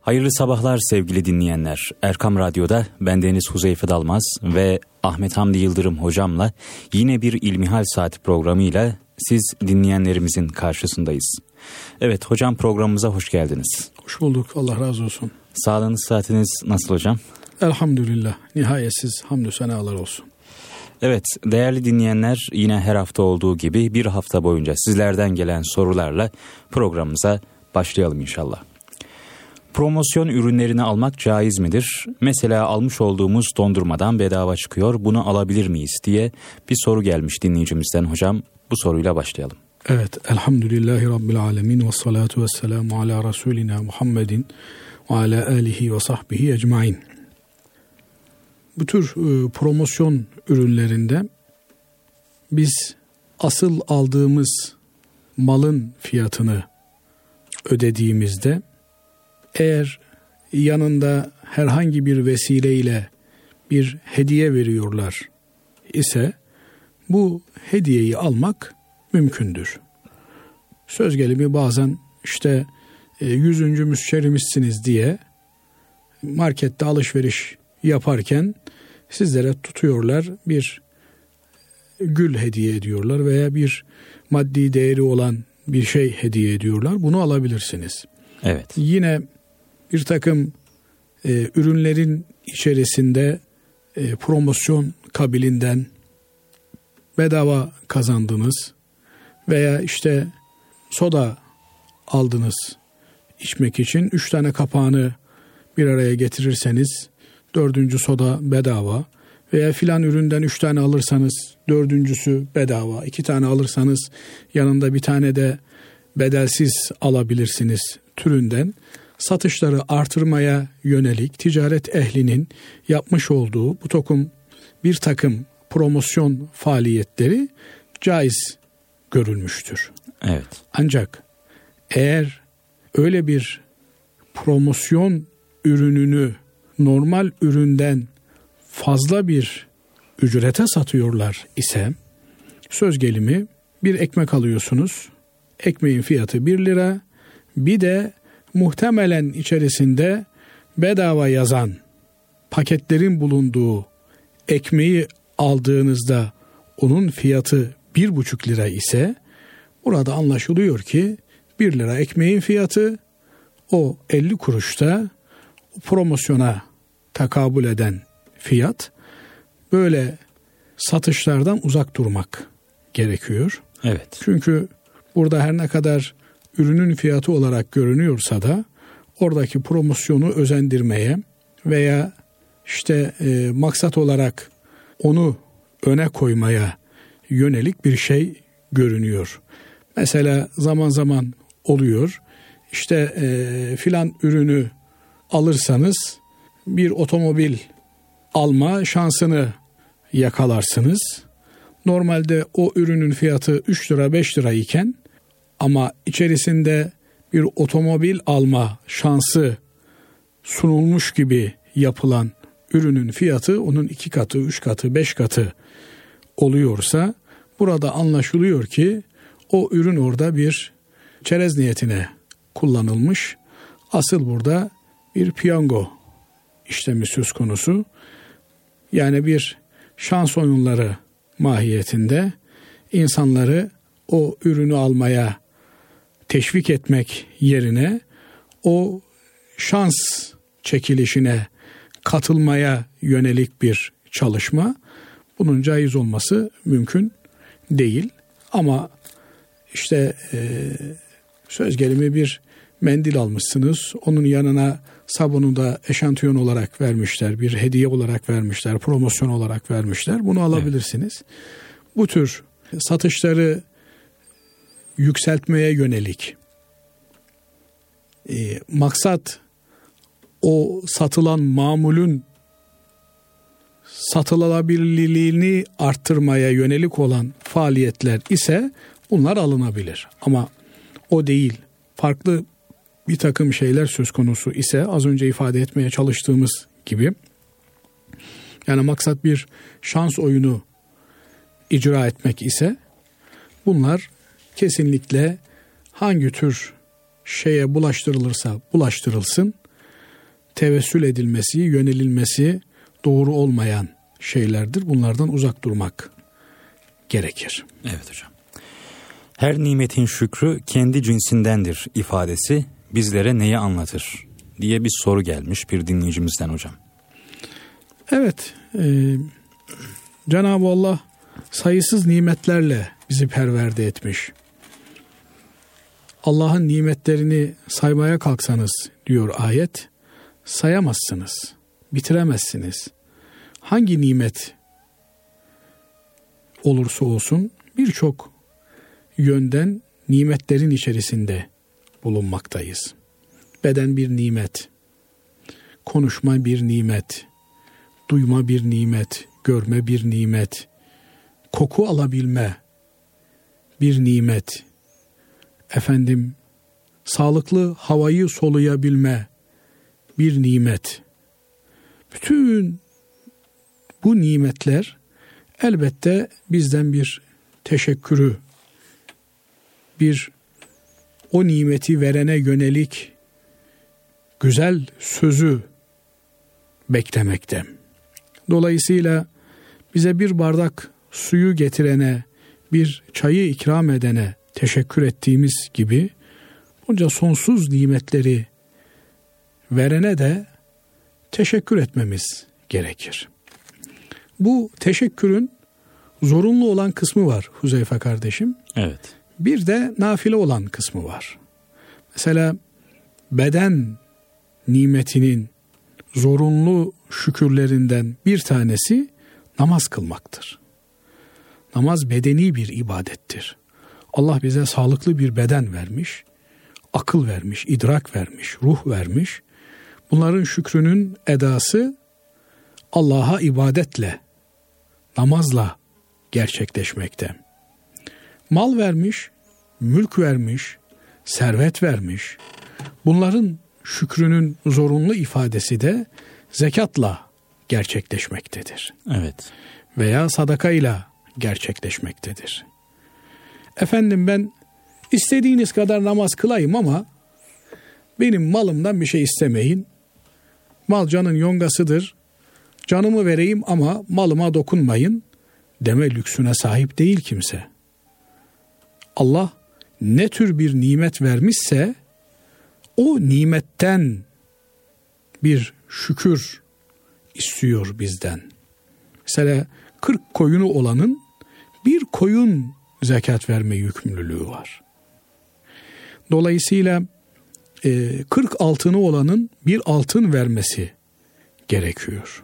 Hayırlı sabahlar sevgili dinleyenler. Erkam Radyo'da bendeniz Huzeyfe Dalmaz ve Ahmet Hamdi Yıldırım hocamla yine bir İlmihal Saati programıyla siz dinleyenlerimizin karşısındayız. Evet hocam, programımıza hoş geldiniz. Hoş bulduk, Allah razı olsun. Sağlığınız, saatiniz nasıl hocam? Elhamdülillah, nihayetsiz hamdü senalar olsun. Evet değerli dinleyenler, yine her hafta olduğu gibi bir hafta boyunca sizlerden gelen sorularla programımıza başlayalım inşallah. Promosyon ürünlerini almak caiz midir? Mesela almış olduğumuz dondurmadan bedava çıkıyor, bunu alabilir miyiz diye bir soru gelmiş dinleyicimizden hocam. Bu soruyla başlayalım. Evet, elhamdülillahi rabbil alemin ve salatu ve selamu ala Resulina Muhammedin ve ala alihi ve sahbihi ecmain. Bu tür promosyon ürünlerinde biz asıl aldığımız malın fiyatını ödediğimizde, eğer yanında herhangi bir vesileyle bir hediye veriyorlar ise bu hediyeyi almak mümkündür. Söz gelimi bazen 100. müşterimizsiniz diye markette alışveriş yaparken sizlere tutuyorlar, bir gül hediye ediyorlar veya bir maddi değeri olan bir şey hediye ediyorlar. Bunu alabilirsiniz. Evet. Yine bir takım ürünlerin içerisinde promosyon kabilinden bedava kazandınız veya soda aldınız içmek için, 3 tane kapağını bir araya getirirseniz 4. soda bedava veya filan üründen 3 tane alırsanız 4.'sü bedava, 2 tane alırsanız yanında bir tane de bedelsiz alabilirsiniz türünden satışları artırmaya yönelik ticaret ehlinin yapmış olduğu bir takım promosyon faaliyetleri caiz görülmüştür. Evet. Ancak eğer öyle bir promosyon ürününü normal üründen fazla bir ücrete satıyorlar ise, söz gelimi bir ekmek alıyorsunuz, ekmeğin fiyatı 1 lira, bir de muhtemelen içerisinde bedava yazan paketlerin bulunduğu ekmeği aldığınızda onun fiyatı 1,5 lira ise, burada anlaşılıyor ki 1 lira ekmeğin fiyatı, o 50 kuruşta promosyona takabül eden fiyat. Böyle satışlardan uzak durmak gerekiyor. Evet. Çünkü burada her ne kadar ürünün fiyatı olarak görünüyorsa da oradaki promosyonu özendirmeye veya maksat olarak onu öne koymaya yönelik bir şey görünüyor. Mesela zaman zaman oluyor. Filan ürünü alırsanız bir otomobil alma şansını yakalarsınız. Normalde o ürünün fiyatı 3 lira 5 lira iken ama içerisinde bir otomobil alma şansı sunulmuş gibi yapılan ürünün fiyatı onun 2 katı, 3 katı, 5 katı oluyorsa, burada anlaşılıyor ki o ürün orada bir çerez niyetine kullanılmış. Asıl burada bir piyango işlemi söz konusu. Yani bir şans oyunları mahiyetinde insanları o ürünü almaya teşvik etmek yerine o şans çekilişine katılmaya yönelik bir çalışma. Bunun caiz olması mümkün değil. Ama söz gelimi bir mendil almışsınız. Onun yanına sabunu da eşantiyon olarak vermişler. Bir hediye olarak vermişler. Promosyon olarak vermişler. Bunu alabilirsiniz. Evet. Bu tür satışları yükseltmeye yönelik maksat o satılan mamulün satılabilirliğini arttırmaya yönelik olan faaliyetler ise bunlar alınabilir. Ama o değil, farklı bir takım şeyler söz konusu ise, az önce ifade etmeye çalıştığımız gibi, yani maksat bir şans oyunu icra etmek ise, bunlar kesinlikle hangi tür şeye bulaştırılırsa bulaştırılsın, tevessül edilmesi, yönelilmesi doğru olmayan şeylerdir. Bunlardan uzak durmak gerekir. Evet hocam. Her nimetin şükrü kendi cinsindendir ifadesi bizlere neyi anlatır diye bir soru gelmiş bir dinleyicimizden hocam. Evet, Cenab-ı Allah sayısız nimetlerle bizi perverde etmiş. Allah'ın nimetlerini saymaya kalksanız diyor ayet, sayamazsınız, bitiremezsiniz. Hangi nimet olursa olsun birçok yönden nimetlerin içerisinde bulunmaktayız. Beden bir nimet, konuşma bir nimet, duyma bir nimet, görme bir nimet, koku alabilme bir nimet, sağlıklı havayı soluyabilme bir nimet. Bütün bu nimetler elbette bizden bir teşekkürü, bir o nimeti verene yönelik güzel sözü beklemekte. Dolayısıyla bize bir bardak suyu getirene, bir çayı ikram edene teşekkür ettiğimiz gibi bunca sonsuz nimetleri verene de teşekkür etmemiz gerekir. Bu teşekkürün zorunlu olan kısmı var Huzeyfe kardeşim. Evet. Bir de nafile olan kısmı var. Mesela beden nimetinin zorunlu şükürlerinden bir tanesi namaz kılmaktır. Namaz bedeni bir ibadettir. Allah bize sağlıklı bir beden vermiş, akıl vermiş, idrak vermiş, ruh vermiş. Bunların şükrünün edası Allah'a ibadetle, namazla gerçekleşmekte. Mal vermiş, mülk vermiş, servet vermiş. Bunların şükrünün zorunlu ifadesi de zekatla gerçekleşmektedir. Evet. Veya sadakayla gerçekleşmektedir. Ben istediğiniz kadar namaz kılayım ama benim malımdan bir şey istemeyin. Mal canın yongasıdır. Canımı vereyim ama malıma dokunmayın deme lüksüne sahip değil kimse. Allah ne tür bir nimet vermişse o nimetten bir şükür istiyor bizden. Mesela 40 koyunu olanın bir koyun zekat verme yükümlülüğü var. Dolayısıyla 40 altını olanın bir altın vermesi gerekiyor.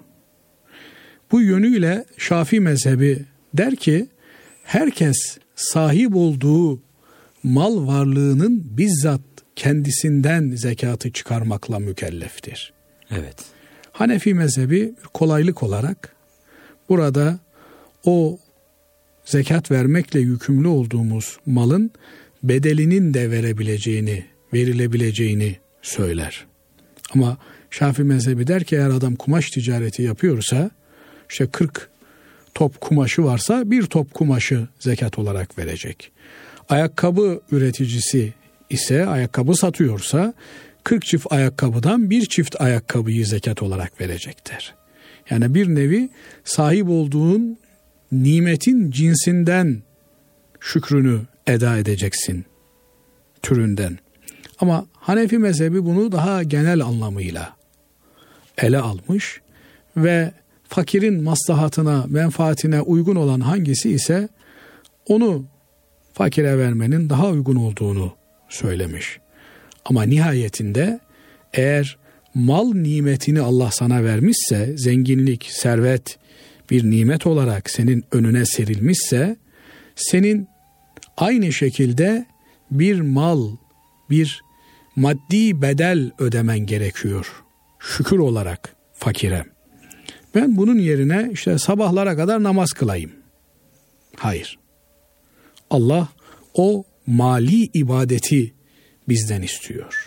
Bu yönüyle Şafii mezhebi der ki herkes sahip olduğu mal varlığının bizzat kendisinden zekatı çıkarmakla mükelleftir. Evet. Hanefi mezhebi kolaylık olarak burada o zekat vermekle yükümlü olduğumuz malın bedelinin de verilebileceğini söyler. Ama Şafii mezhebi der ki eğer adam kumaş ticareti yapıyorsa işte 40 top kumaşı varsa bir top kumaşı zekat olarak verecek. Ayakkabı üreticisi ise ayakkabı satıyorsa 40 çift ayakkabıdan bir çift ayakkabıyı zekat olarak verecektir. Yani bir nevi sahip olduğun nimetin cinsinden şükrünü eda edeceksin türünden. Ama Hanefi mezhebi bunu daha genel anlamıyla ele almış ve fakirin maslahatına, menfaatine uygun olan hangisi ise onu fakire vermenin daha uygun olduğunu söylemiş. Ama nihayetinde eğer mal nimetini Allah sana vermişse, zenginlik, servet bir nimet olarak senin önüne serilmişse, senin aynı şekilde bir mal, bir maddi bedel ödemen gerekiyor. Şükür olarak fakire. Ben bunun yerine işte sabahlara kadar namaz kılayım. Hayır. Allah o mali ibadeti bizden istiyor.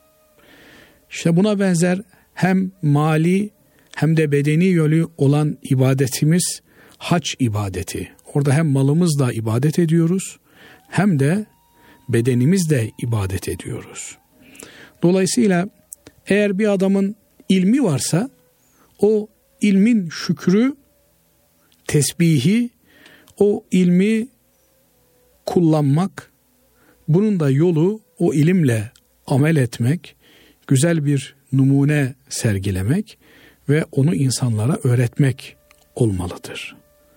İşte buna benzer hem mali hem de bedeni yönü olan ibadetimiz hac ibadeti. Orada hem malımızla ibadet ediyoruz hem de bedenimizle ibadet ediyoruz. Dolayısıyla eğer bir adamın ilmi varsa o ilmin şükrü, tesbihi, o ilmi kullanmak, bunun da yolu o ilimle amel etmek, güzel bir numune sergilemek ve onu insanlara öğretmek olmalıdır.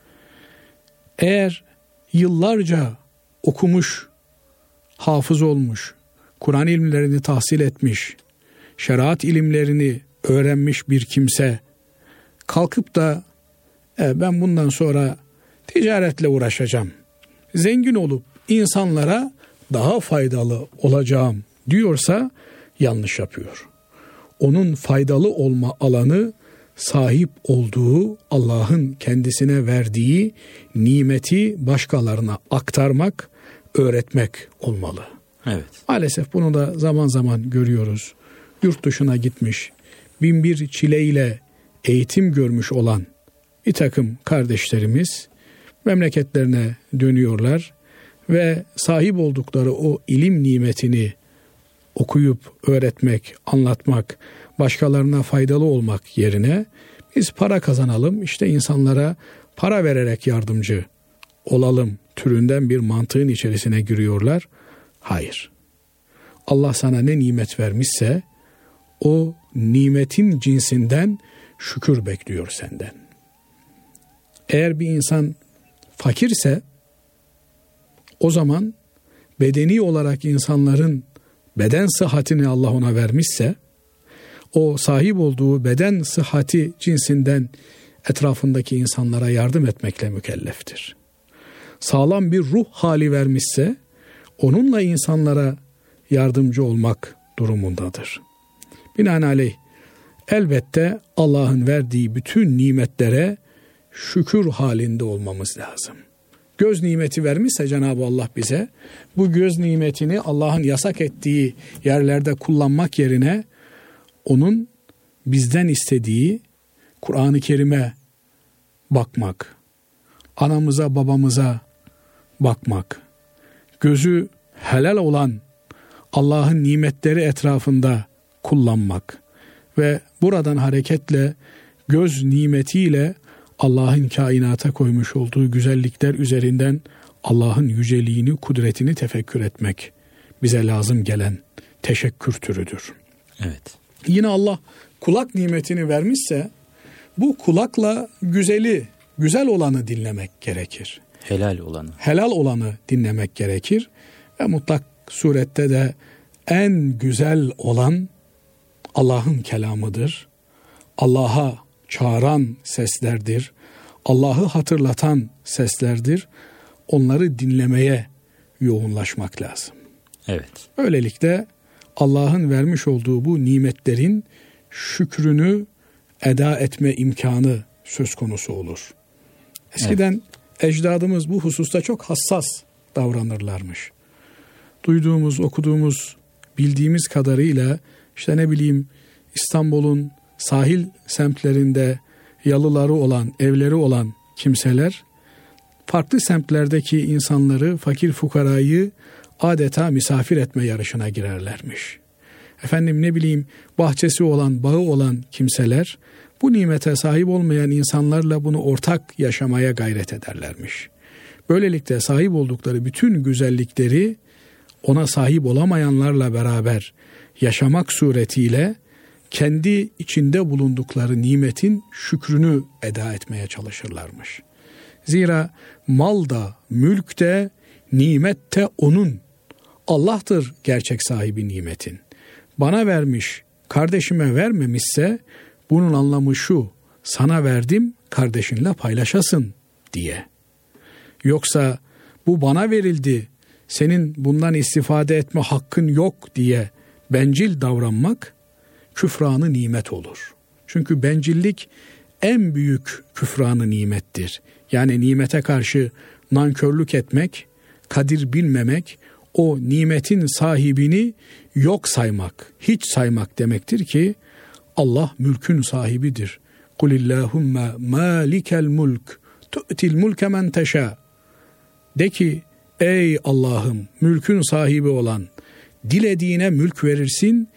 Eğer yıllarca okumuş, hafız olmuş, Kur'an ilimlerini tahsil etmiş, şeriat ilimlerini öğrenmiş bir kimse kalkıp da ben bundan sonra ticaretle uğraşacağım, zengin olup insanlara daha faydalı olacağım diyorsa yanlış yapıyor. Onun faydalı olma alanı sahip olduğu, Allah'ın kendisine verdiği nimeti başkalarına aktarmak, öğretmek olmalı. Evet. Maalesef bunu da zaman zaman görüyoruz. Yurt dışına gitmiş, bin bir çileyle eğitim görmüş olan bir takım kardeşlerimiz memleketlerine dönüyorlar ve sahip oldukları o ilim nimetini okuyup öğretmek, anlatmak, başkalarına faydalı olmak yerine biz para kazanalım, işte insanlara para vererek yardımcı olalım türünden bir mantığın içerisine giriyorlar. Hayır. Allah sana ne nimet vermişse o nimetin cinsinden şükür bekliyor senden. Eğer bir insan fakirse o zaman bedeni olarak insanların beden sıhhatini Allah ona vermişse o sahip olduğu beden sıhhati cinsinden etrafındaki insanlara yardım etmekle mükelleftir. Sağlam bir ruh hali vermişse onunla insanlara yardımcı olmak durumundadır. Binaenaleyh elbette Allah'ın verdiği bütün nimetlere şükür halinde olmamız lazım. Göz nimeti vermişse Cenab-ı Allah bize, bu göz nimetini Allah'ın yasak ettiği yerlerde kullanmak yerine onun bizden istediği Kur'an-ı Kerim'e bakmak, anamıza babamıza bakmak, gözü helal olan Allah'ın nimetleri etrafında kullanmak ve buradan hareketle göz nimetiyle Allah'ın kainata koymuş olduğu güzellikler üzerinden Allah'ın yüceliğini, kudretini tefekkür etmek bize lazım gelen teşekkür türüdür. Evet. Yine Allah kulak nimetini vermişse bu kulakla güzel olanı dinlemek gerekir. Helal olanı dinlemek gerekir ve mutlak surette de en güzel olan Allah'ın kelamıdır. Allah'a çağıran seslerdir. Allah'ı hatırlatan seslerdir. Onları dinlemeye yoğunlaşmak lazım. Evet. Böylelikle Allah'ın vermiş olduğu bu nimetlerin şükrünü eda etme imkanı söz konusu olur. Eskiden ecdadımız bu hususta çok hassas davranırlarmış. Duyduğumuz, okuduğumuz, bildiğimiz kadarıyla işte İstanbul'un sahil semtlerinde yalıları olan, evleri olan kimseler farklı semtlerdeki insanları, fakir fukarayı adeta misafir etme yarışına girerlermiş. Bahçesi olan, bağı olan kimseler bu nimete sahip olmayan insanlarla bunu ortak yaşamaya gayret ederlermiş. Böylelikle sahip oldukları bütün güzellikleri ona sahip olamayanlarla beraber yaşamak suretiyle kendi içinde bulundukları nimetin şükrünü eda etmeye çalışırlarmış. Zira mal da, mülk de, nimet de onun. Allah'tır gerçek sahibi nimetin. Bana vermiş, kardeşime vermemişse bunun anlamı şu: sana verdim, kardeşinle paylaşasın diye. Yoksa bu bana verildi, senin bundan istifade etme hakkın yok diye bencil davranmak küfranı nimet olur. Çünkü bencillik en büyük küfranı nimettir. Yani nimete karşı nankörlük etmek, kadir bilmemek, o nimetin sahibini yok saymak, hiç saymak demektir ki Allah mülkün sahibidir. Kulillahumma malikel mulk tu'til mulke men teşâ. De ki ey Allah'ım, mülkün sahibi olan, dilediğine mülk verirsin,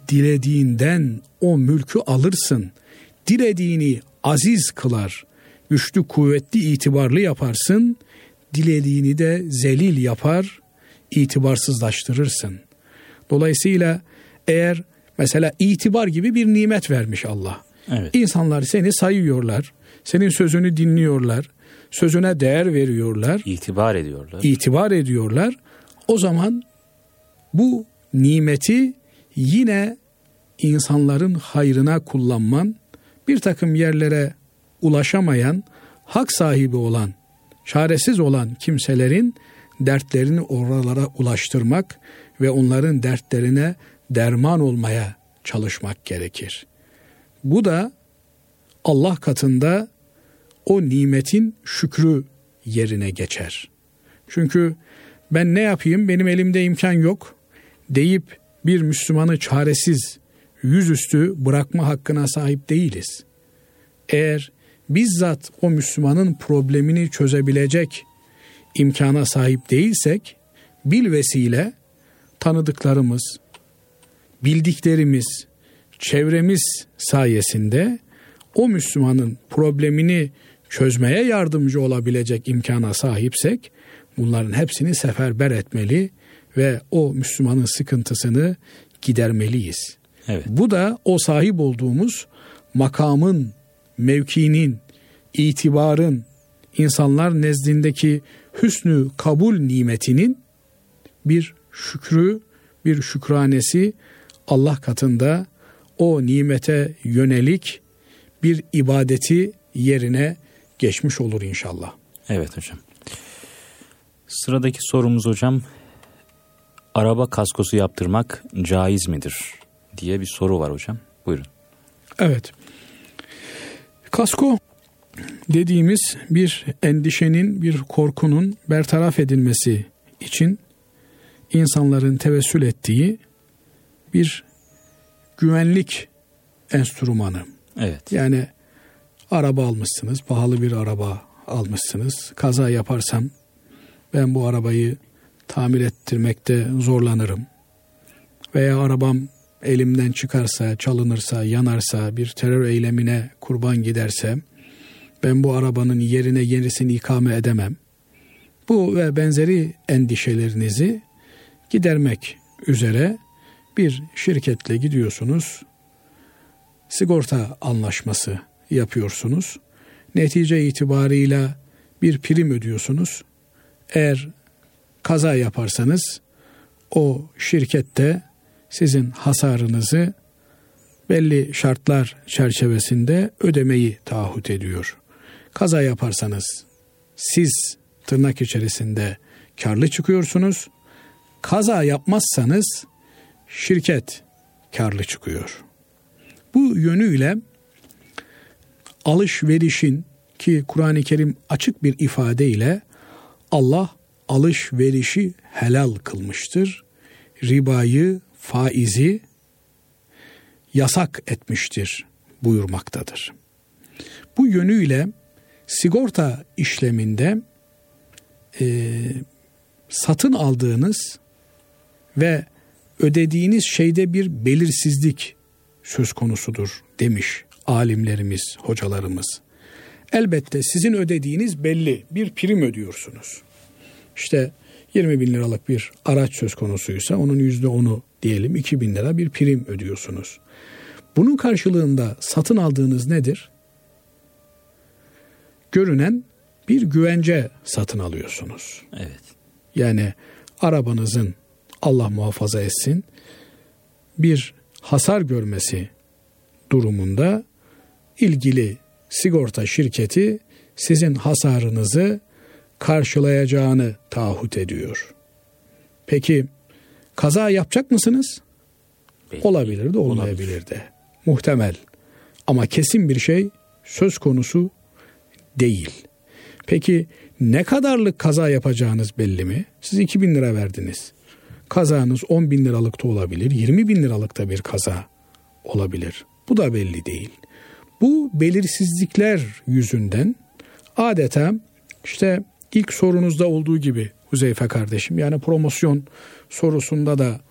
dilediğinden o mülkü alırsın. Dilediğini aziz kılar. Güçlü, kuvvetli, itibarlı yaparsın. Dilediğini de zelil yapar, itibarsızlaştırırsın. Dolayısıyla eğer mesela itibar gibi bir nimet vermiş Allah. Evet. İnsanlar seni sayıyorlar, senin sözünü dinliyorlar, sözüne değer veriyorlar. İtibar ediyorlar. O zaman bu nimeti yine insanların hayrına kullanman, bir takım yerlere ulaşamayan, hak sahibi olan, çaresiz olan kimselerin dertlerini oralara ulaştırmak ve onların dertlerine derman olmaya çalışmak gerekir. Bu da Allah katında o nimetin şükrü yerine geçer. Çünkü ben ne yapayım, benim elimde imkan yok deyip bir Müslümanı çaresiz, yüzüstü bırakma hakkına sahip değiliz. Eğer bizzat o Müslümanın problemini çözebilecek imkana sahip değilsek, bilvesile tanıdıklarımız, bildiklerimiz, çevremiz sayesinde o Müslümanın problemini çözmeye yardımcı olabilecek imkana sahipsek, bunların hepsini seferber etmeli ve o Müslümanın sıkıntısını gidermeliyiz. Evet. Bu da o sahip olduğumuz makamın, mevkinin, itibarın, insanlar nezdindeki hüsnü kabul nimetinin bir şükrü, bir şükranesi, Allah katında o nimete yönelik bir ibadeti yerine geçmiş olur inşallah. Evet hocam. Sıradaki sorumuz hocam, araba kaskosu yaptırmak caiz midir diye bir soru var hocam. Buyurun. Evet. Kasko dediğimiz bir endişenin, bir korkunun bertaraf edilmesi için insanların tevessül ettiği bir güvenlik enstrümanı. Evet. Yani araba almışsınız, pahalı bir araba almışsınız. Kaza yaparsam ben bu arabayı tamir ettirmekte zorlanırım. Veya arabam elimden çıkarsa, çalınırsa, yanarsa, bir terör eylemine kurban gidersem ben bu arabanın yerine yenisini ikame edemem. Bu ve benzeri endişelerinizi gidermek üzere bir şirketle gidiyorsunuz. Sigorta anlaşması yapıyorsunuz. Netice itibarıyla bir prim ödüyorsunuz. Eğer kaza yaparsanız o şirkette sizin hasarınızı belli şartlar çerçevesinde ödemeyi taahhüt ediyor. Kaza yaparsanız siz tırnak içerisinde karlı çıkıyorsunuz. Kaza yapmazsanız şirket karlı çıkıyor. Bu yönüyle alışverişin, ki Kur'an-ı Kerim açık bir ifadeyle Allah alışverişi helal kılmıştır. Ribayı, faizi yasak etmiştir buyurmaktadır. Bu yönüyle sigorta işleminde satın aldığınız ve ödediğiniz şeyde bir belirsizlik söz konusudur demiş alimlerimiz, hocalarımız. Elbette sizin ödediğiniz belli, bir prim ödüyorsunuz. İşte 20 bin liralık bir araç söz konusuysa onun %10'u diyelim 2 bin lira bir prim ödüyorsunuz. Bunun karşılığında satın aldığınız nedir? Görünen bir güvence satın alıyorsunuz. Evet. Yani arabanızın, Allah muhafaza etsin, bir hasar görmesi durumunda ilgili sigorta şirketi sizin hasarınızı karşılayacağını taahhüt ediyor. Peki kaza yapacak mısınız? Belki. Olabilir de olmayabilir de. Muhtemel. Ama kesin bir şey söz konusu değil. Peki ne kadarlık kaza yapacağınız belli mi? Siz 2 bin lira verdiniz. Kazanız 10 bin liralık da olabilir, 20 bin liralık da bir kaza olabilir. Bu da belli değil. Bu belirsizlikler yüzünden adeta işte ilk sorunuzda olduğu gibi Huzeyfe kardeşim, yani promosyon sorusunda da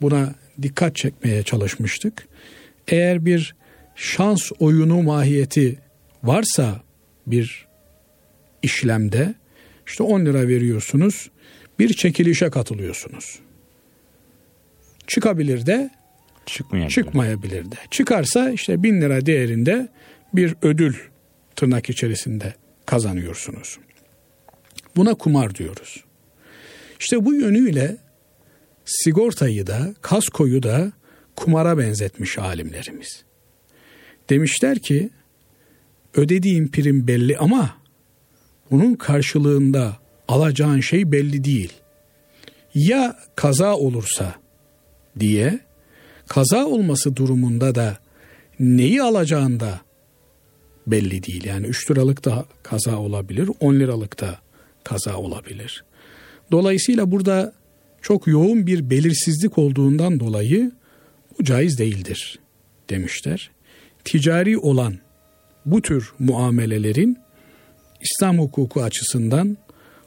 buna dikkat çekmeye çalışmıştık. Eğer bir şans oyunu mahiyeti varsa bir işlemde, işte 10 lira veriyorsunuz, bir çekilişe katılıyorsunuz. Çıkabilir de, çıkmayabilir de. Çıkarsa işte 1000 lira değerinde bir ödül tırnak içerisinde kazanıyorsunuz. Buna kumar diyoruz. İşte bu yönüyle sigortayı da, kaskoyu da kumara benzetmiş alimlerimiz. Demişler ki ödediğin prim belli ama bunun karşılığında alacağın şey belli değil. Ya kaza olursa diye, kaza olması durumunda da neyi alacağın da belli değil. Yani 3 liralık da kaza olabilir, 10 liralık da kaza olabilir. Dolayısıyla burada çok yoğun bir belirsizlik olduğundan dolayı bu caiz değildir demişler. Ticari olan bu tür muamelelerin İslam hukuku açısından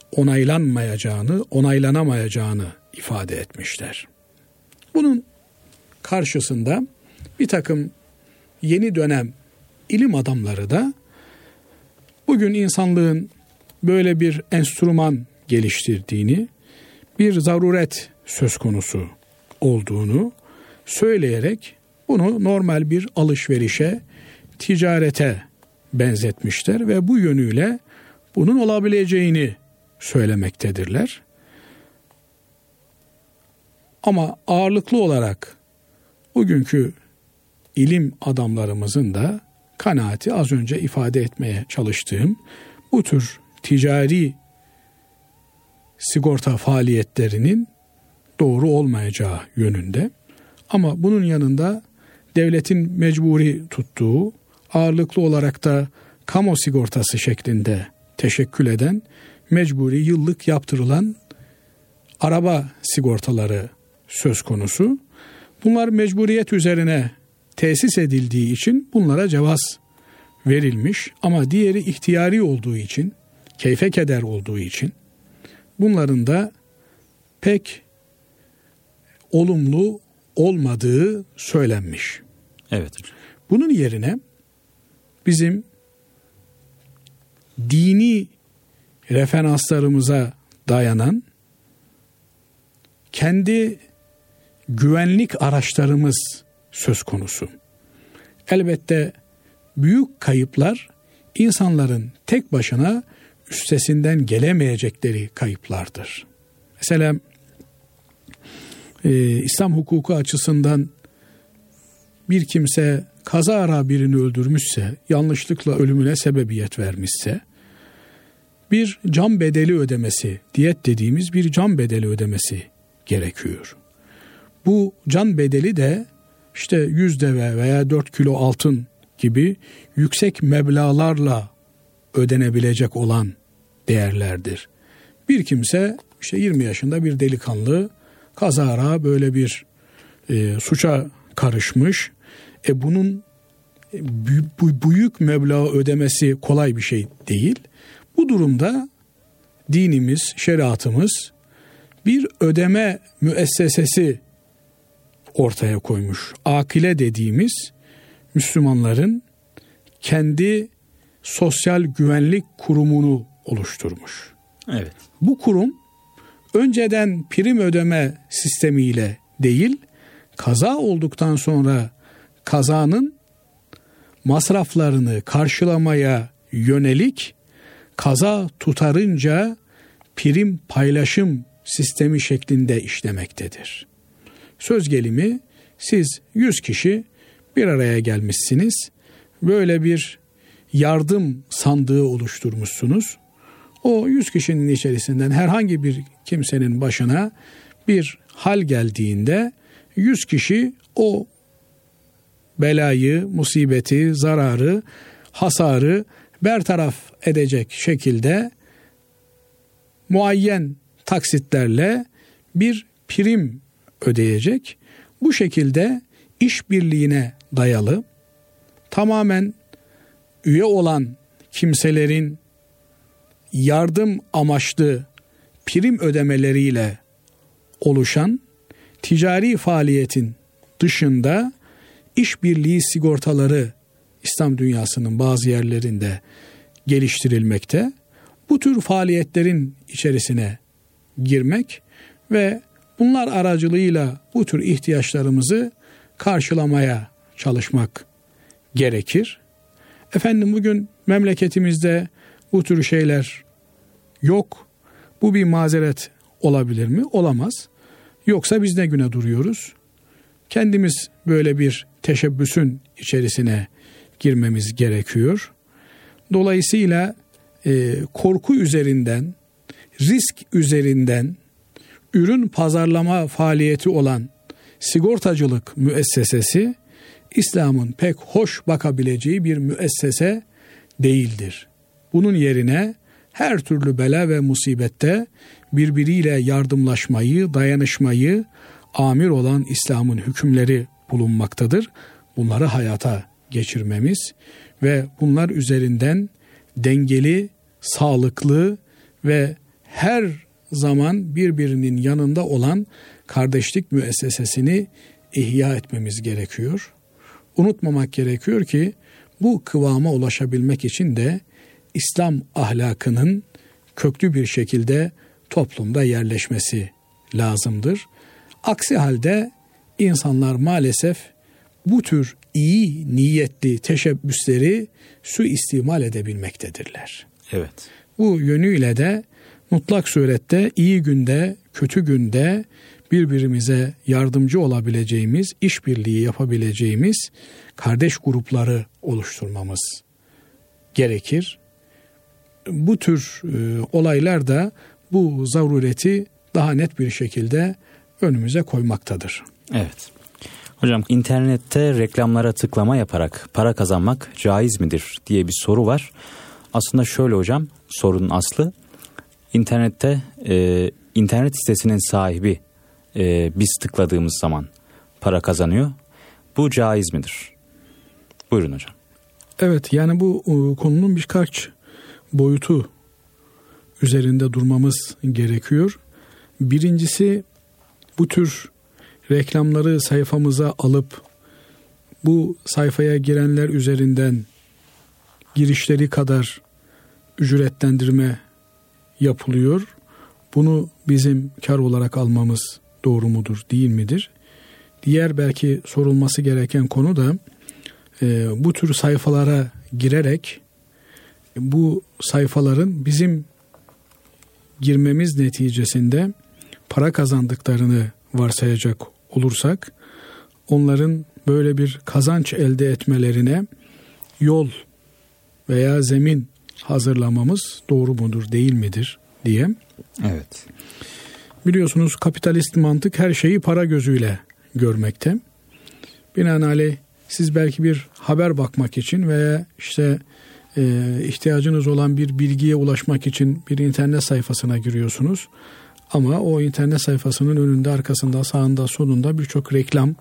onaylanamayacağını ifade etmişler. Bunun karşısında bir takım yeni dönem ilim adamları da bugün insanlığın böyle bir enstrüman geliştirdiğini, bir zaruret söz konusu olduğunu söyleyerek bunu normal bir alışverişe, ticarete benzetmişler ve bu yönüyle bunun olabileceğini söylemektedirler. Ama ağırlıklı olarak bugünkü ilim adamlarımızın da kanaati az önce ifade etmeye çalıştığım bu tür ticari sigorta faaliyetlerinin doğru olmayacağı yönünde. Ama bunun yanında devletin mecburi tuttuğu, ağırlıklı olarak da kamu sigortası şeklinde teşekkül eden, mecburi yıllık yaptırılan araba sigortaları söz konusu. Bunlar mecburiyet üzerine tesis edildiği için bunlara cevaz verilmiş ama diğeri ihtiyari olduğu için, keyfe keder olduğu için bunların da pek olumlu olmadığı söylenmiş. Evet. Bunun yerine bizim dini referanslarımıza dayanan kendi güvenlik araçlarımız söz konusu. Elbette büyük kayıplar insanların tek başına üstesinden gelemeyecekleri kayıplardır. Mesela İslam hukuku açısından bir kimse kazara birini öldürmüşse, yanlışlıkla ölümüne sebebiyet vermişse, bir can bedeli ödemesi, diyet dediğimiz bir can bedeli ödemesi gerekiyor. Bu can bedeli de işte 100 deve veya 4 kilo altın gibi yüksek meblağlarla ödenebilecek olan değerlerdir. Bir kimse işte 20 yaşında bir delikanlı kazara böyle bir suça karışmış. Bunun büyük meblağı ödemesi kolay bir şey değil. Bu durumda dinimiz, şeriatımız bir ödeme müessesesi ortaya koymuş. Akile dediğimiz Müslümanların kendi sosyal güvenlik kurumunu oluşturmuş. Evet. Bu kurum önceden prim ödeme sistemiyle değil, kaza olduktan sonra kazanın masraflarını karşılamaya yönelik kaza tutarınca prim paylaşım sistemi şeklinde işlemektedir. Söz gelimi siz 100 kişi bir araya gelmişsiniz. Böyle bir yardım sandığı oluşturmuşsunuz. O 100 kişinin içerisinden herhangi bir kimsenin başına bir hal geldiğinde 100 kişi o belayı, musibeti, zararı, hasarı bertaraf edecek şekilde muayyen taksitlerle bir prim ödeyecek. Bu şekilde işbirliğine dayalı tamamen üye olan kimselerin yardım amaçlı prim ödemeleriyle oluşan ticari faaliyetin dışında işbirliği sigortaları İslam dünyasının bazı yerlerinde geliştirilmekte. Bu tür faaliyetlerin içerisine girmek ve bunlar aracılığıyla bu tür ihtiyaçlarımızı karşılamaya çalışmak gerekir. Efendim bugün memleketimizde bu tür şeyler yok. Bu bir mazeret olabilir mi? Olamaz. Yoksa biz ne güne duruyoruz? Kendimiz böyle bir teşebbüsün içerisine girmemiz gerekiyor. Dolayısıyla korku üzerinden, risk üzerinden ürün pazarlama faaliyeti olan sigortacılık müessesesi İslam'ın pek hoş bakabileceği bir müessese değildir. Bunun yerine her türlü bela ve musibette birbiriyle yardımlaşmayı, dayanışmayı amir olan İslam'ın hükümleri bulunmaktadır. Bunları hayata geçirmemiz ve bunlar üzerinden dengeli, sağlıklı ve her zaman birbirinin yanında olan kardeşlik müessesesini ihya etmemiz gerekiyor. Unutmamak gerekiyor ki bu kıvama ulaşabilmek için de İslam ahlakının köklü bir şekilde toplumda yerleşmesi lazımdır. Aksi halde insanlar maalesef bu tür iyi niyetli teşebbüsleri suistimal edebilmektedirler. Evet. Bu yönüyle de mutlak surette iyi günde, kötü günde birbirimize yardımcı olabileceğimiz, işbirliği yapabileceğimiz kardeş grupları oluşturmamız gerekir. Bu tür olaylar da bu zarureti daha net bir şekilde önümüze koymaktadır. Evet. Hocam internette reklamlara tıklama yaparak para kazanmak caiz midir diye bir soru var. Aslında şöyle hocam, sorunun aslı internette internet sitesinin sahibi biz tıkladığımız zaman para kazanıyor. Bu caiz midir? Buyurun hocam. Evet, yani bu konunun birkaç boyutu üzerinde durmamız gerekiyor. Birincisi, bu tür reklamları sayfamıza alıp bu sayfaya girenler üzerinden girişleri kadar ücretlendirme yapılıyor. Bunu bizim kar olarak almamız doğru mudur, değil midir? Diğer belki sorulması gereken konu da bu tür sayfalara girerek bu sayfaların bizim girmemiz neticesinde para kazandıklarını varsayacak olursak onların böyle bir kazanç elde etmelerine yol veya zemin hazırlamamız doğru mudur, değil midir diye. Evet. Biliyorsunuz kapitalist mantık her şeyi para gözüyle görmekte. Binaenaleyh siz belki bir haber bakmak için veya işte ihtiyacınız olan bir bilgiye ulaşmak için bir internet sayfasına giriyorsunuz. Ama o internet sayfasının önünde, arkasında, sağında, solunda birçok reklam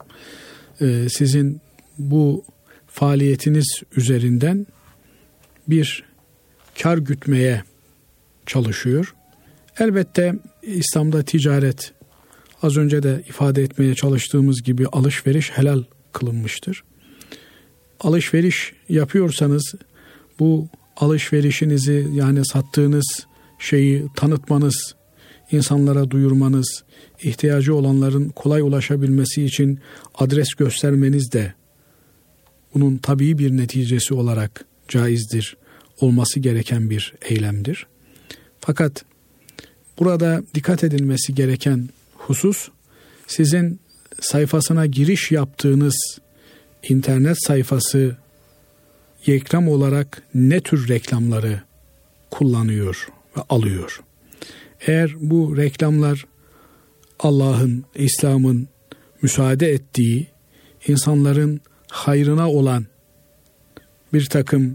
sizin bu faaliyetiniz üzerinden bir kar gütmeye çalışıyor. Elbette İslam'da ticaret, az önce de ifade etmeye çalıştığımız gibi alışveriş helal kılınmıştır. Alışveriş yapıyorsanız bu alışverişinizi, yani sattığınız şeyi tanıtmanız, insanlara duyurmanız, ihtiyacı olanların kolay ulaşabilmesi için adres göstermeniz de bunun tabii bir neticesi olarak caizdir, olması gereken bir eylemdir. Fakat burada dikkat edilmesi gereken husus, sizin sayfasına giriş yaptığınız internet sayfası reklam olarak ne tür reklamları kullanıyor ve alıyor? Eğer bu reklamlar Allah'ın, İslam'ın müsaade ettiği, insanların hayrına olan bir takım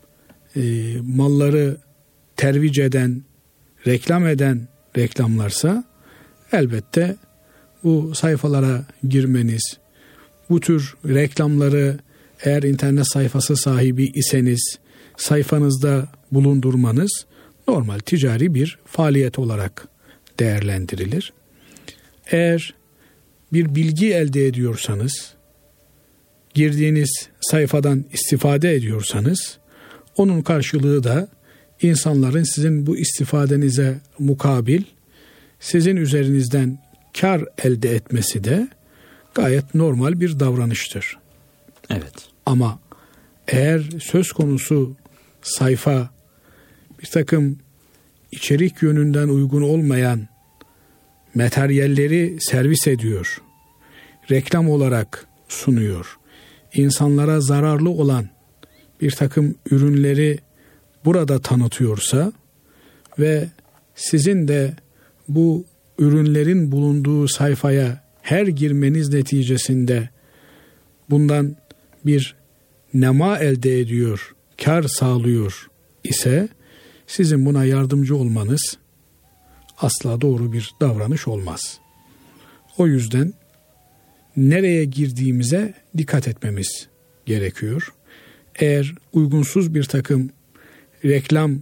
malları tervic eden, reklam eden reklamlarsa elbette bu sayfalara girmeniz, bu tür reklamları eğer internet sayfası sahibi iseniz sayfanızda bulundurmanız normal ticari bir faaliyet olarak değerlendirilir. Eğer bir bilgi elde ediyorsanız, girdiğiniz sayfadan istifade ediyorsanız, onun karşılığı da insanların sizin bu istifadenize mukabil sizin üzerinizden kar elde etmesi de gayet normal bir davranıştır. Evet. Ama eğer söz konusu sayfa bir takım içerik yönünden uygun olmayan materyalleri servis ediyor, reklam olarak sunuyor, insanlara zararlı olan bir takım ürünleri burada tanıtıyorsa ve sizin de bu ürünlerin bulunduğu sayfaya her girmeniz neticesinde bundan bir nema elde ediyor, kar sağlıyor ise sizin buna yardımcı olmanız asla doğru bir davranış olmaz. O yüzden nereye girdiğimize dikkat etmemiz gerekiyor. Eğer uygunsuz bir takım reklam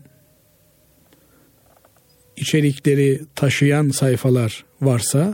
içerikleri taşıyan sayfalar varsa,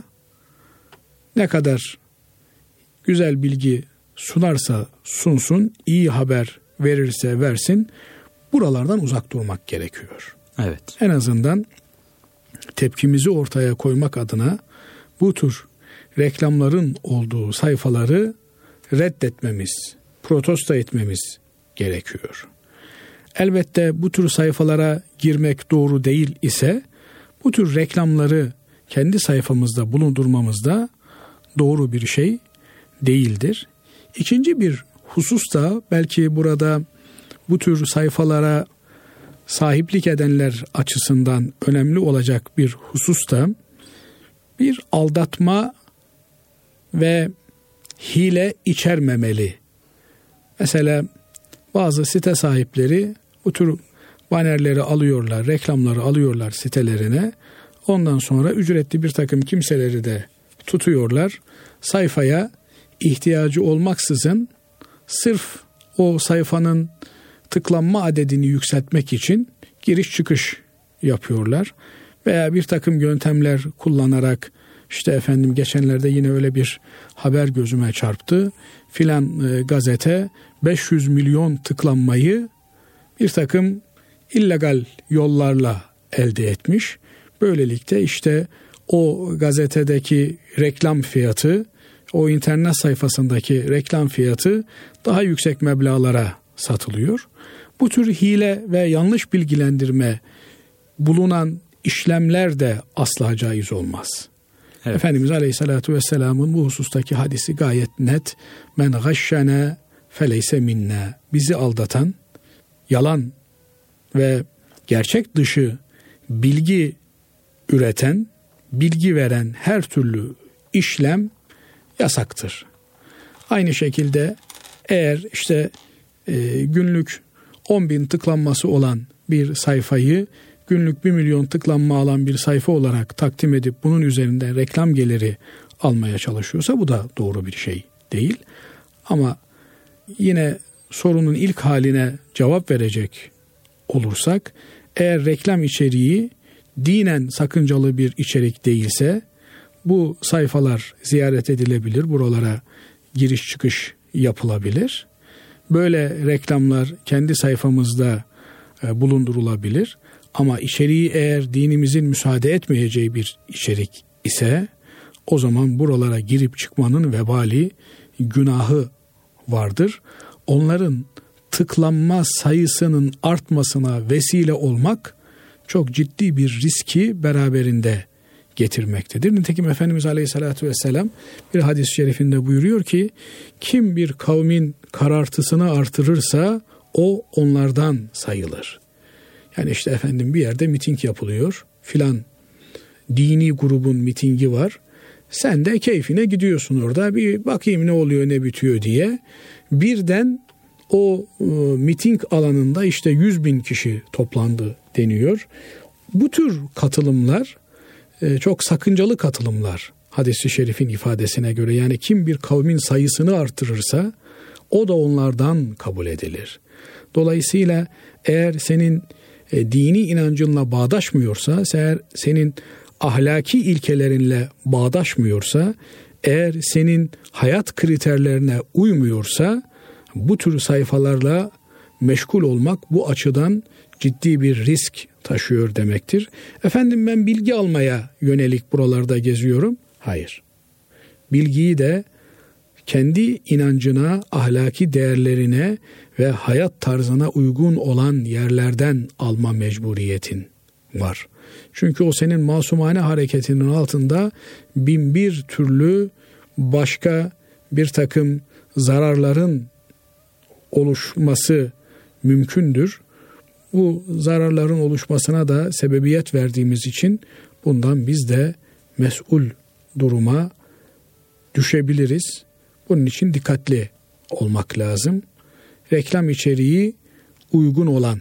ne kadar güzel bilgi sunarsa sunsun, iyi haber verirse versin, buralardan uzak durmak gerekiyor. Evet. En azından tepkimizi ortaya koymak adına bu tür reklamların olduğu sayfaları reddetmemiz, protesto etmemiz gerekiyor. Elbette bu tür sayfalara girmek doğru değil ise bu tür reklamları kendi sayfamızda bulundurmamız da doğru bir şey değildir. İkinci bir husus da belki burada bu tür sayfalara sahiplik edenler açısından önemli olacak bir husus da bir aldatma ve hile içermemeli. Mesela bazı site sahipleri bu tür banerleri alıyorlar, reklamları alıyorlar sitelerine. Ondan sonra ücretli bir takım kimseleri de tutuyorlar. Sayfaya ihtiyacı olmaksızın sırf o sayfanın tıklanma adedini yükseltmek için giriş çıkış yapıyorlar. Veya bir takım yöntemler kullanarak, işte efendim geçenlerde yine öyle bir haber gözüme çarptı. Filan gazete 500 milyon tıklanmayı bir takım illegal yollarla elde etmiş. Böylelikle işte o gazetedeki reklam fiyatı, o internet sayfasındaki reklam fiyatı daha yüksek meblağlara satılıyor. Bu tür hile ve yanlış bilgilendirme bulunan işlemler de asla caiz olmaz. Evet. Efendimiz Aleyhisselatü Vesselam'ın bu husustaki hadisi gayet net. Men gashşene feleyse minna. Bizi aldatan, yalan ve gerçek dışı bilgi üreten, bilgi veren her türlü işlem yasaktır. Aynı şekilde eğer işte günlük 10.000 tıklanması olan bir sayfayı günlük 1 milyon tıklanma alan bir sayfa olarak takdim edip bunun üzerinde reklam geliri almaya çalışıyorsa bu da doğru bir şey değil. Ama yine sorunun ilk haline cevap verecek olursak, eğer reklam içeriği dinen sakıncalı bir içerik değilse bu sayfalar ziyaret edilebilir, buralara giriş çıkış yapılabilir. Böyle reklamlar kendi sayfamızda bulundurulabilir. Ama içeriği eğer dinimizin müsaade etmeyeceği bir içerik ise o zaman buralara girip çıkmanın vebali, günahı vardır. Onların tıklanma sayısının artmasına vesile olmak çok ciddi bir riski beraberinde getirmektedir. Nitekim Efendimiz Aleyhisselatü Vesselam bir hadis-i şerifinde buyuruyor ki, kim bir kavmin karartısını artırırsa o onlardan sayılır. Yani işte efendim bir yerde miting yapılıyor, filan dini grubun mitingi var. Sen de keyfine gidiyorsun orada, bir bakayım ne oluyor ne bitiyor diye. Birden o miting alanında işte 100.000 kişi toplandı deniyor. Bu tür katılımlar çok sakıncalı katılımlar hadis-i şerifin ifadesine göre. Yani kim bir kavmin sayısını artırırsa o da onlardan kabul edilir. Dolayısıyla eğer senin dini inancınla bağdaşmıyorsa, eğer senin ahlaki ilkelerinle bağdaşmıyorsa, eğer senin hayat kriterlerine uymuyorsa bu tür sayfalarla meşgul olmak bu açıdan ciddi bir risk taşıyor demektir. Efendim ben bilgi almaya yönelik buralarda geziyorum. Hayır. Bilgiyi de kendi inancına, ahlaki değerlerine ve hayat tarzına uygun olan yerlerden alma mecburiyetin var. Çünkü o senin masumane hareketinin altında bin bir türlü başka bir takım zararların oluşması mümkündür. Bu zararların oluşmasına da sebebiyet verdiğimiz için bundan biz de mesul duruma düşebiliriz. Bunun için dikkatli olmak lazım. Reklam içeriği uygun olan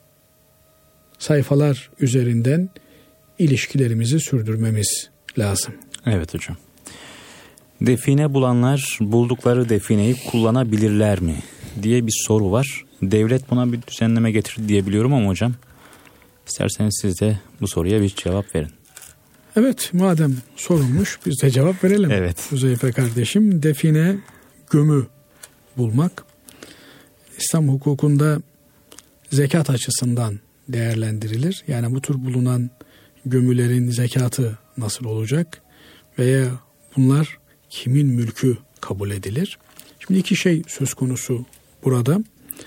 sayfalar üzerinden ilişkilerimizi sürdürmemiz lazım. Evet hocam. Define bulanlar buldukları defineyi kullanabilirler mi diye bir soru var. Devlet buna bir düzenleme getirdi diye biliyorum ama hocam isterseniz siz de bu soruya bir cevap verin. Evet, madem sorulmuş biz de cevap verelim. Evet. Huzeyfe kardeşim, define, gömü bulmak İslam hukukunda zekat açısından değerlendirilir. Yani bu tür bulunan gömülerin zekatı nasıl olacak veya bunlar kimin mülkü kabul edilir? Şimdi iki şey söz konusu burada.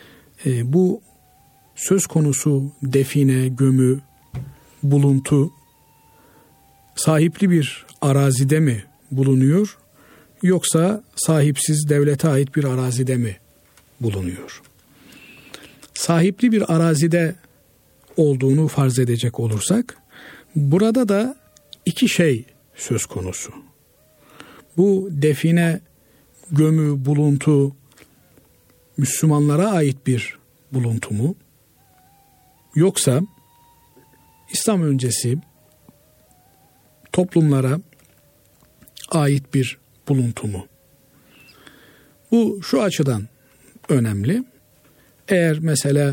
Bu söz konusu define, gömü, buluntu sahipli bir arazide mi bulunuyor yoksa sahipsiz devlete ait bir arazide mi bulunuyor? Sahipli bir arazide olduğunu farz edecek olursak burada da iki şey söz konusu. Bu define, gömü, buluntu Müslümanlara ait bir buluntu mu? Yoksa İslam öncesi toplumlara ait bir buluntu mu? Bu şu açıdan önemli. Eğer mesela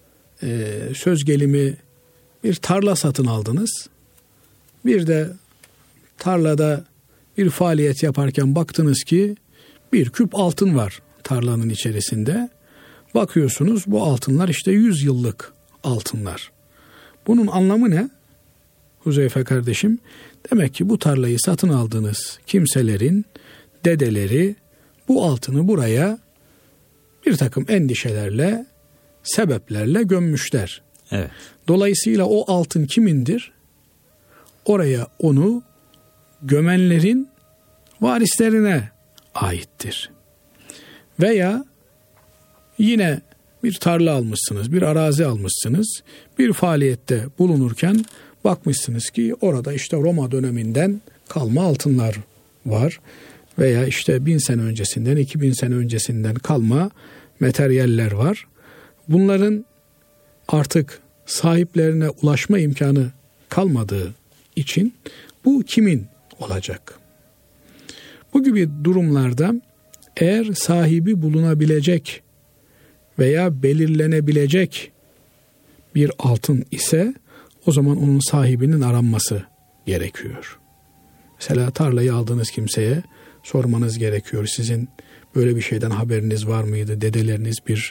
söz gelimi bir tarla satın aldınız. Bir de tarlada bir faaliyet yaparken baktınız ki bir küp altın var tarlanın içerisinde. Bakıyorsunuz bu altınlar işte 100 yıllık altınlar. Bunun anlamı ne? Huzeyfe kardeşim, demek ki bu tarlayı satın aldığınız kimselerin dedeleri bu altını buraya bir takım endişelerle, sebeplerle gömmüşler. Evet. Dolayısıyla o altın kimindir? Oraya onu gömenlerin varislerine aittir. Veya yine bir tarla almışsınız, bir arazi almışsınız, bir faaliyette bulunurken bakmışsınız ki orada işte Roma döneminden kalma altınlar var veya işte 1000 sene öncesinden, 2000 sene öncesinden kalma materyaller var. Bunların artık sahiplerine ulaşma imkanı kalmadığı için bu kimin olacak? Bu gibi durumlarda eğer sahibi bulunabilecek veya belirlenebilecek bir altın ise o zaman onun sahibinin aranması gerekiyor. Mesela tarlayı aldığınız kimseye sormanız gerekiyor. Sizin böyle bir şeyden haberiniz var mıydı? Dedeleriniz bir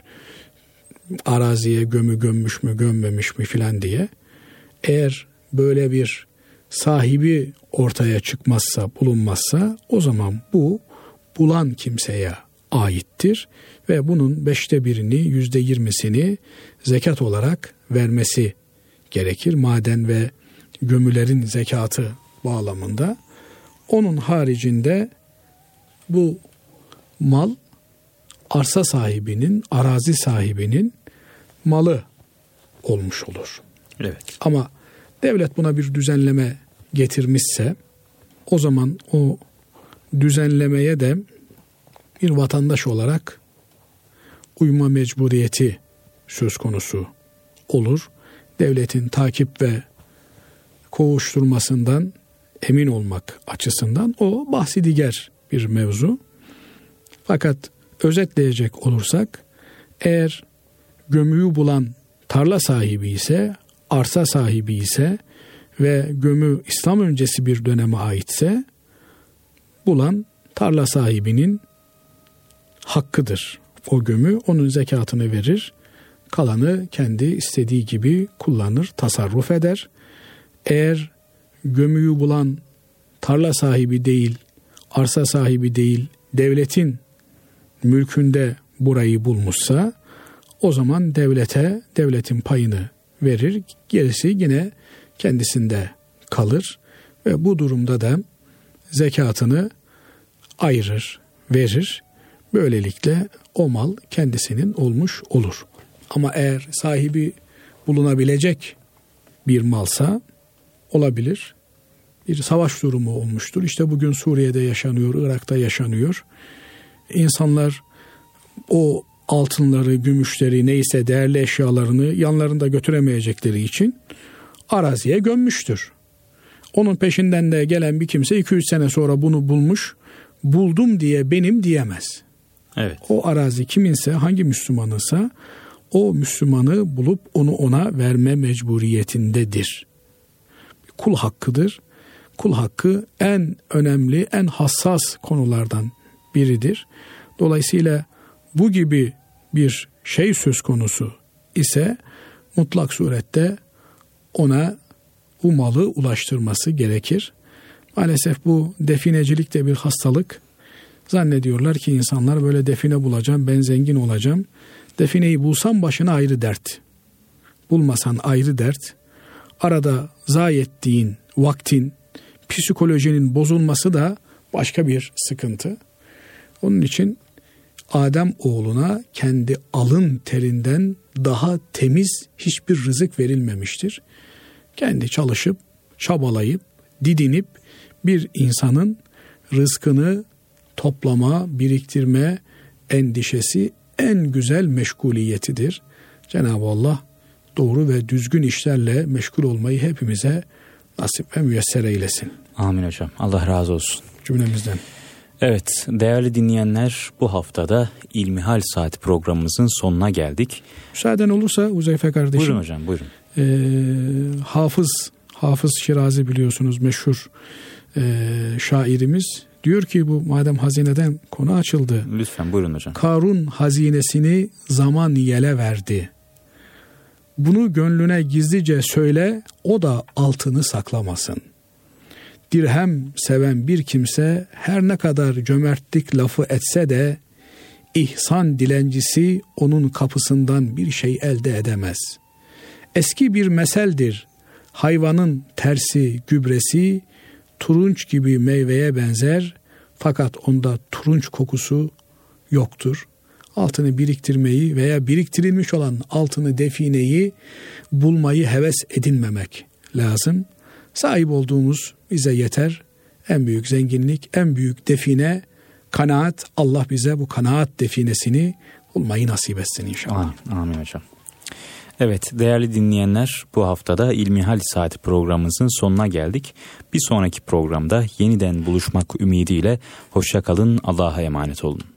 araziye gömü gömmüş mü, gömmemiş mi filan diye. Eğer böyle bir sahibi ortaya çıkmazsa, bulunmazsa o zaman bu bulan kimseye aittir ve bunun 1/5'ini, %20'sini zekat olarak vermesi gerekir. Maden ve gömülerin zekatı bağlamında. Onun haricinde bu mal arsa sahibinin, arazi sahibinin malı olmuş olur. Evet. Ama devlet buna bir düzenleme getirmişse o zaman o düzenlemeye de bir vatandaş olarak uyma mecburiyeti söz konusu olur. Devletin takip ve kovuşturmasından emin olmak açısından o bahsi diğer bir mevzu. Fakat özetleyecek olursak eğer gömüyü bulan tarla sahibi ise, arsa sahibi ise ve gömü İslam öncesi bir döneme aitse bulan tarla sahibinin hakkıdır. O gömü onun zekatını verir. Kalanı kendi istediği gibi kullanır, tasarruf eder. Eğer gömüyü bulan tarla sahibi değil, arsa sahibi değil, devletin mülkünde burayı bulmuşsa o zaman devletin payını verir. Gerisi yine kendisinde kalır ve bu durumda da zekatını ayırır, verir. Böylelikle o mal kendisinin olmuş olur. Ama eğer sahibi bulunabilecek bir malsa olabilir. Bir savaş durumu olmuştur. İşte bugün Suriye'de yaşanıyor, Irak'ta yaşanıyor. İnsanlar o altınları, gümüşleri, neyse değerli eşyalarını yanlarında götüremeyecekleri için araziye gömmüştür. Onun peşinden de gelen bir kimse 2-3 sene sonra bunu bulmuş, buldum diye benim diyemez. Evet. O arazi kiminse, hangi Müslümanınsa o Müslümanı bulup onu ona verme mecburiyetindedir. Kul hakkıdır. Kul hakkı en önemli, en hassas konulardan biridir. Dolayısıyla bu gibi bir şey söz konusu ise mutlak surette ona bu malı ulaştırması gerekir. Maalesef bu definecilik de bir hastalık. Zannediyorlar ki insanlar böyle define bulacağım, ben zengin olacağım. Defineyi bulsam başına ayrı dert. Bulmasan ayrı dert. Arada zayi ettiğin vaktin, psikolojinin bozulması da başka bir sıkıntı. Onun için Adem oğluna kendi alın terinden daha temiz hiçbir rızık verilmemiştir. Kendi çalışıp, çabalayıp, didinip bir insanın rızkını toplama, biriktirme endişesi en güzel meşguliyetidir. Cenab-ı Allah doğru ve düzgün işlerle meşgul olmayı hepimize nasip ve müyesser eylesin. Amin hocam. Allah razı olsun. Cümlemizden. Evet, değerli dinleyenler, bu haftada İlmihal Saati programımızın sonuna geldik. Müsaaden olursa Huzeyfe kardeşim. Buyurun hocam, buyurun. Hafız Şirazi biliyorsunuz, meşhur şairimiz. Diyor ki bu madem hazineden konu açıldı. Lütfen buyurun hocam. Karun hazinesini zaman yele verdi. Bunu gönlüne gizlice söyle, o da altını saklamasın. Dirhem seven bir kimse her ne kadar cömertlik lafı etse de ihsan dilencisi onun kapısından bir şey elde edemez. Eski bir meseldir. Hayvanın tersi, gübresi turunç gibi meyveye benzer fakat onda turunç kokusu yoktur. Altını biriktirmeyi veya biriktirilmiş olan altını, defineyi bulmayı heves edinmemek lazım. Sahip olduğumuz bize yeter. En büyük zenginlik, en büyük define kanaat. Allah bize bu kanaat definesini bulmayı nasip etsin inşallah. Amin hocam. Evet değerli dinleyenler, bu haftada İlmihal Saati programımızın sonuna geldik. Bir sonraki programda yeniden buluşmak ümidiyle hoşça kalın, Allah'a emanet olun.